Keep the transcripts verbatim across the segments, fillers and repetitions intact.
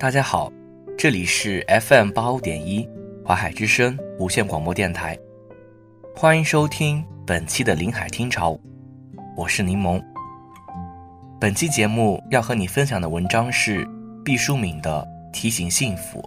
大家好，这里是 F M 八五点一华海之声无线广播电台，欢迎收听本期的临海听潮，我是柠檬。本期节目要和你分享的文章是毕淑敏的《提醒幸福》。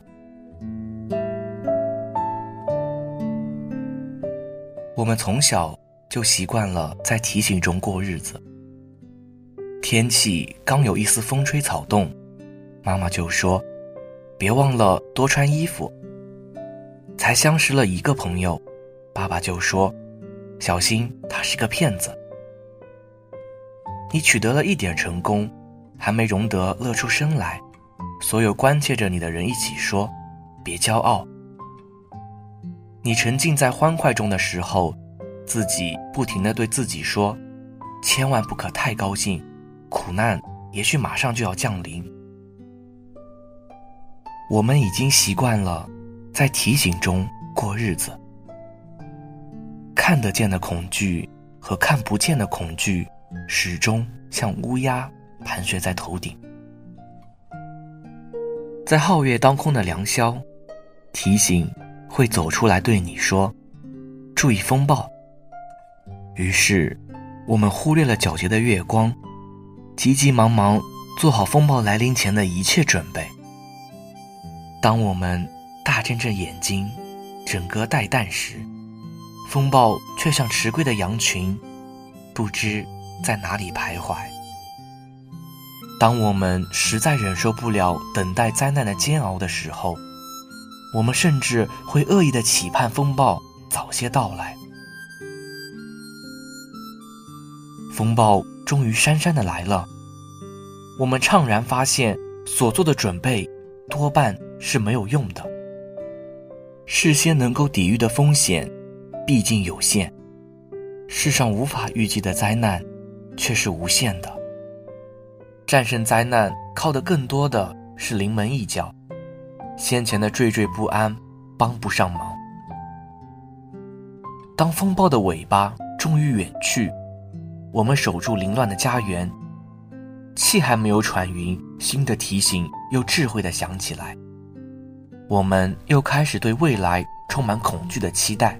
我们从小就习惯了在提醒中过日子，天气刚有一丝风吹草动，妈妈就说别忘了多穿衣服。才相识了一个朋友，爸爸就说小心他是个骗子。你取得了一点成功，还没容得乐出声来，所有关切着你的人一起说别骄傲。你沉浸在欢快中的时候，自己不停地对自己说千万不可太高兴，苦难也许马上就要降临。我们已经习惯了在提醒中过日子，看得见的恐惧和看不见的恐惧始终像乌鸦盘旋在头顶。在皓月当空的良宵，提醒会走出来对你说注意风暴。于是我们忽略了皎洁的月光，急急忙忙做好风暴来临前的一切准备。当我们大睁着眼睛整个待旦时，风暴却像迟归的羊群，不知在哪里徘徊。当我们实在忍受不了等待灾难的煎熬的时候，我们甚至会恶意地期盼风暴早些到来。风暴终于姗姗地来了，我们怅然发现所做的准备多半是没有用的。事先能够抵御的风险毕竟有限，世上无法预计的灾难却是无限的。战胜灾难靠的更多的是临门一脚，先前的惴惴不安帮不上忙。当风暴的尾巴终于远去，我们守住凌乱的家园，气还没有喘匀，新的提醒又智慧地响起来。我们又开始对未来充满恐惧的期待。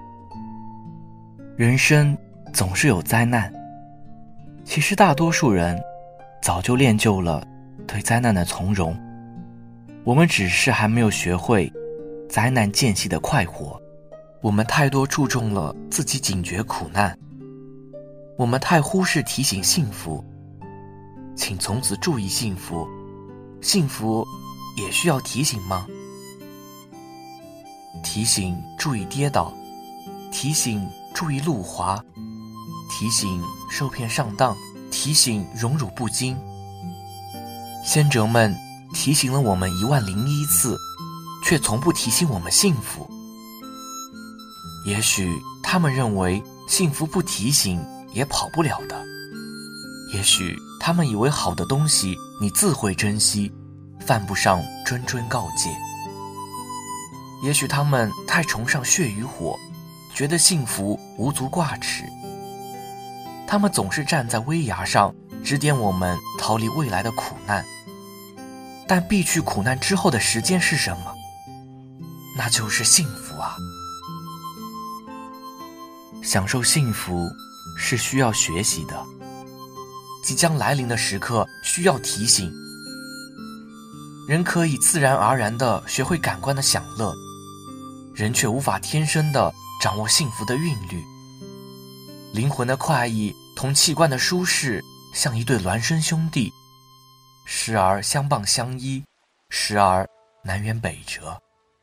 人生总是有灾难，其实大多数人早就练就了对灾难的从容，我们只是还没有学会灾难间隙的快活。我们太多注重了自己警觉苦难，我们太忽视提醒幸福。请从此注意幸福，幸福也需要提醒吗？提醒注意跌倒，提醒注意路滑，提醒受骗上当，提醒荣辱不惊。先哲们提醒了我们一万零一次，却从不提醒我们幸福。也许他们认为幸福不提醒也跑不了的，也许他们以为好的东西你自会珍惜，犯不上谆谆告诫。也许他们太崇尚血与火，觉得幸福无足挂齿。他们总是站在危崖上指点我们逃离未来的苦难，但避去苦难之后的时间是什么？那就是幸福啊！享受幸福是需要学习的，即将来临的时刻需要提醒。人可以自然而然地学会感官的享乐，人却无法天生地掌握幸福的韵律。灵魂的快意同器官的舒适像一对孪生兄弟，时而相傍相依，时而南辕北辙。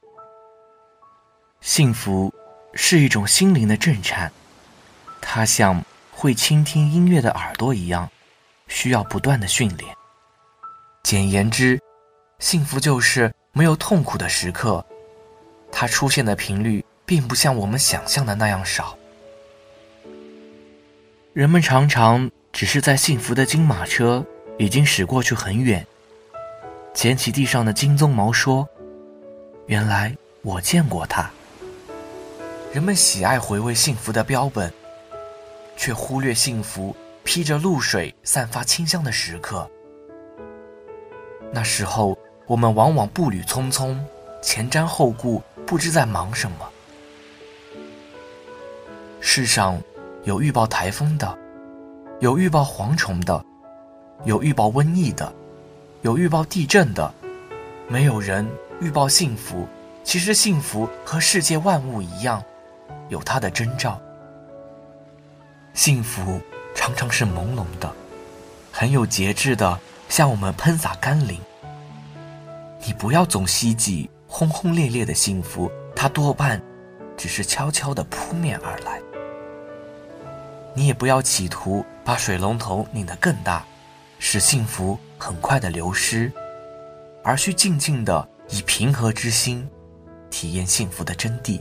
幸福是一种心灵的震颤，它像会倾听音乐的耳朵一样，需要不断的训练。简言之，幸福就是没有痛苦的时刻，它出现的频率并不像我们想象的那样少。人们常常只是在幸福的金马车已经驶过去很远，捡起地上的金鬃毛说原来我见过它。人们喜爱回味幸福的标本，却忽略幸福披着露水散发清香的时刻。那时候我们往往步履匆匆，前瞻后顾，不知在忙什么。世上有预报台风的，有预报蝗虫的，有预报瘟疫的，有预报地震的，没有人预报幸福。其实幸福和世界万物一样，有它的征兆。幸福常常是朦胧的，很有节制的向我们喷洒甘霖。你不要总希冀轰轰烈烈的幸福，它多半只是悄悄地扑面而来。你也不要企图把水龙头拧得更大，使幸福很快地流失，而需静静地以平和之心体验幸福的真谛。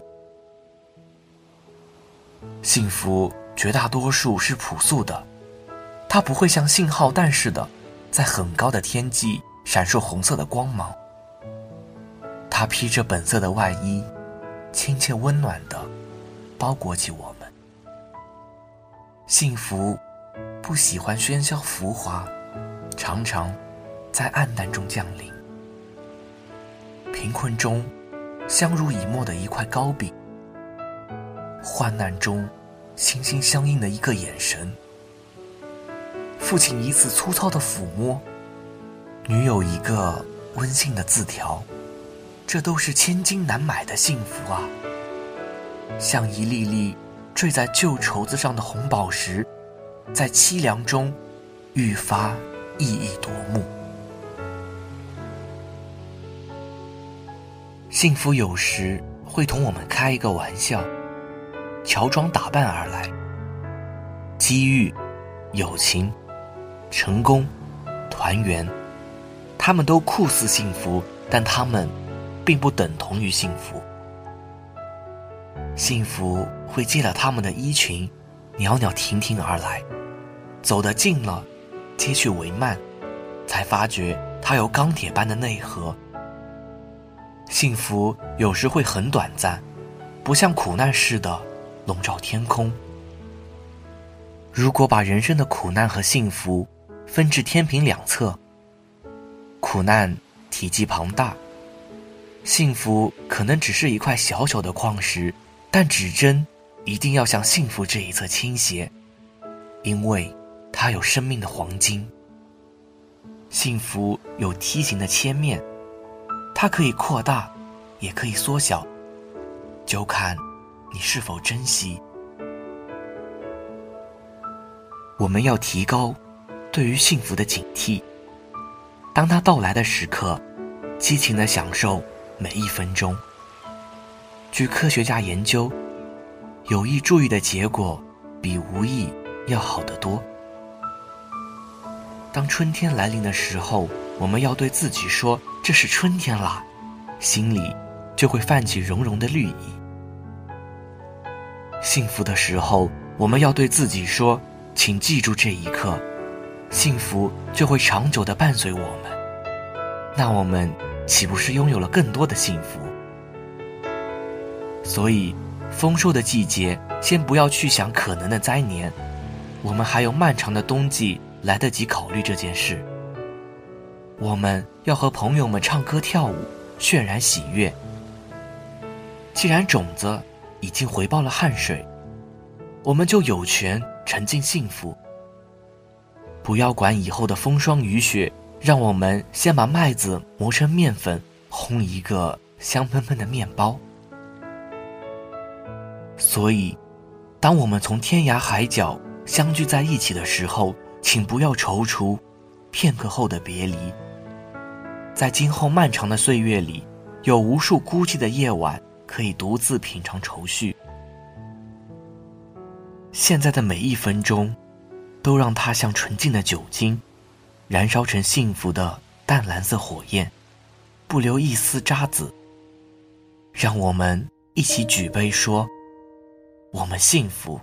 幸福绝大多数是朴素的，它不会像信号弹似的在很高的天际闪烁红色的光芒，它披着本色的外衣，亲切温暖地包裹起我们。幸福不喜欢喧嚣浮华，常常在暗淡中降临。贫困中相濡以沫的一块糕饼，患难中心心相印的一个眼神，父亲一次粗糙的抚摸，女友一个温馨的字条，这都是千金难买的幸福啊！像一粒粒坠在旧绸子上的红宝石，在凄凉中愈发熠熠夺目。幸福有时会同我们开一个玩笑，乔装打扮而来。机遇、友情、成功、团圆，他们都酷似幸福，但他们并不等同于幸福。幸福会借了他们的衣裙，袅袅婷婷而来，走得近了，接去为慢，才发觉它有钢铁般的内核。幸福有时会很短暂，不像苦难似的笼罩天空。如果把人生的苦难和幸福分至天平两侧，苦难体积庞大，幸福可能只是一块小小的矿石，但指针一定要向幸福这一侧倾斜，因为它有生命的黄金。幸福有梯形的切面，它可以扩大，也可以缩小，就看你是否珍惜。我们要提高对于幸福的警惕，当它到来的时刻，激情地享受每一分钟。据科学家研究，有意注意的结果比无意要好得多。当春天来临的时候，我们要对自己说这是春天啦，心里就会泛起融融的绿意。幸福的时候，我们要对自己说，请记住这一刻，幸福就会长久地伴随我们。那我们岂不是拥有了更多的幸福？所以丰收的季节，先不要去想可能的灾年，我们还有漫长的冬季来得及考虑这件事。我们要和朋友们唱歌跳舞，渲染喜悦。既然种子已经回报了汗水，我们就有权沉浸幸福。不要管以后的风霜雨雪，让我们先把麦子磨成面粉，烘一个香喷喷的面包。所以当我们从天涯海角相聚在一起的时候，请不要踌躇片刻后的别离。在今后漫长的岁月里，有无数孤寂的夜晚可以独自品尝愁绪。现在的每一分钟，都让它像纯净的酒精，燃烧成幸福的淡蓝色火焰，不留一丝渣滓。让我们一起举杯说，我们幸福。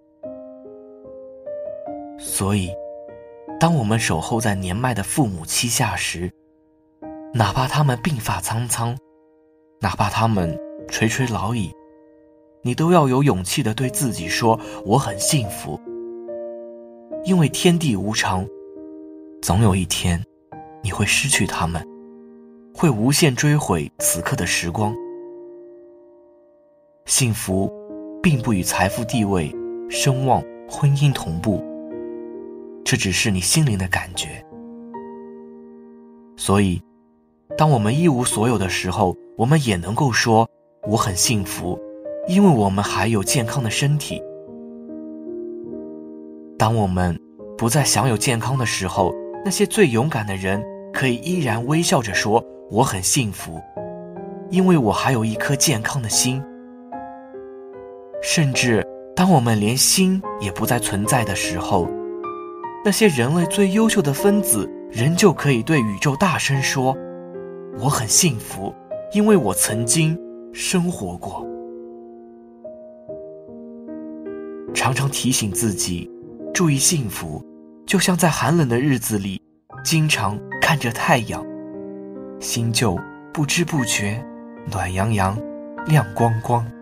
所以当我们守候在年迈的父母膝下时，哪怕他们鬓发苍苍，哪怕他们垂垂老矣，你都要有勇气地对自己说，我很幸福。因为天地无常，总有一天你会失去他们， 会无限追悔此刻的时光。幸福并不与财富、地位、声望、婚姻同步，这只是你心灵的感觉。所以当我们一无所有的时候，我们也能够说我很幸福，因为我们还有健康的身体。当我们不再享有健康的时候，那些最勇敢的人可以依然微笑着说我很幸福，因为我还有一颗健康的心。甚至当我们连心也不再存在的时候，那些人类最优秀的分子仍旧可以对宇宙大声说我很幸福，因为我曾经生活过。常常提醒自己注意幸福，就像在寒冷的日子里经常看着太阳，心就不知不觉暖洋洋亮光光。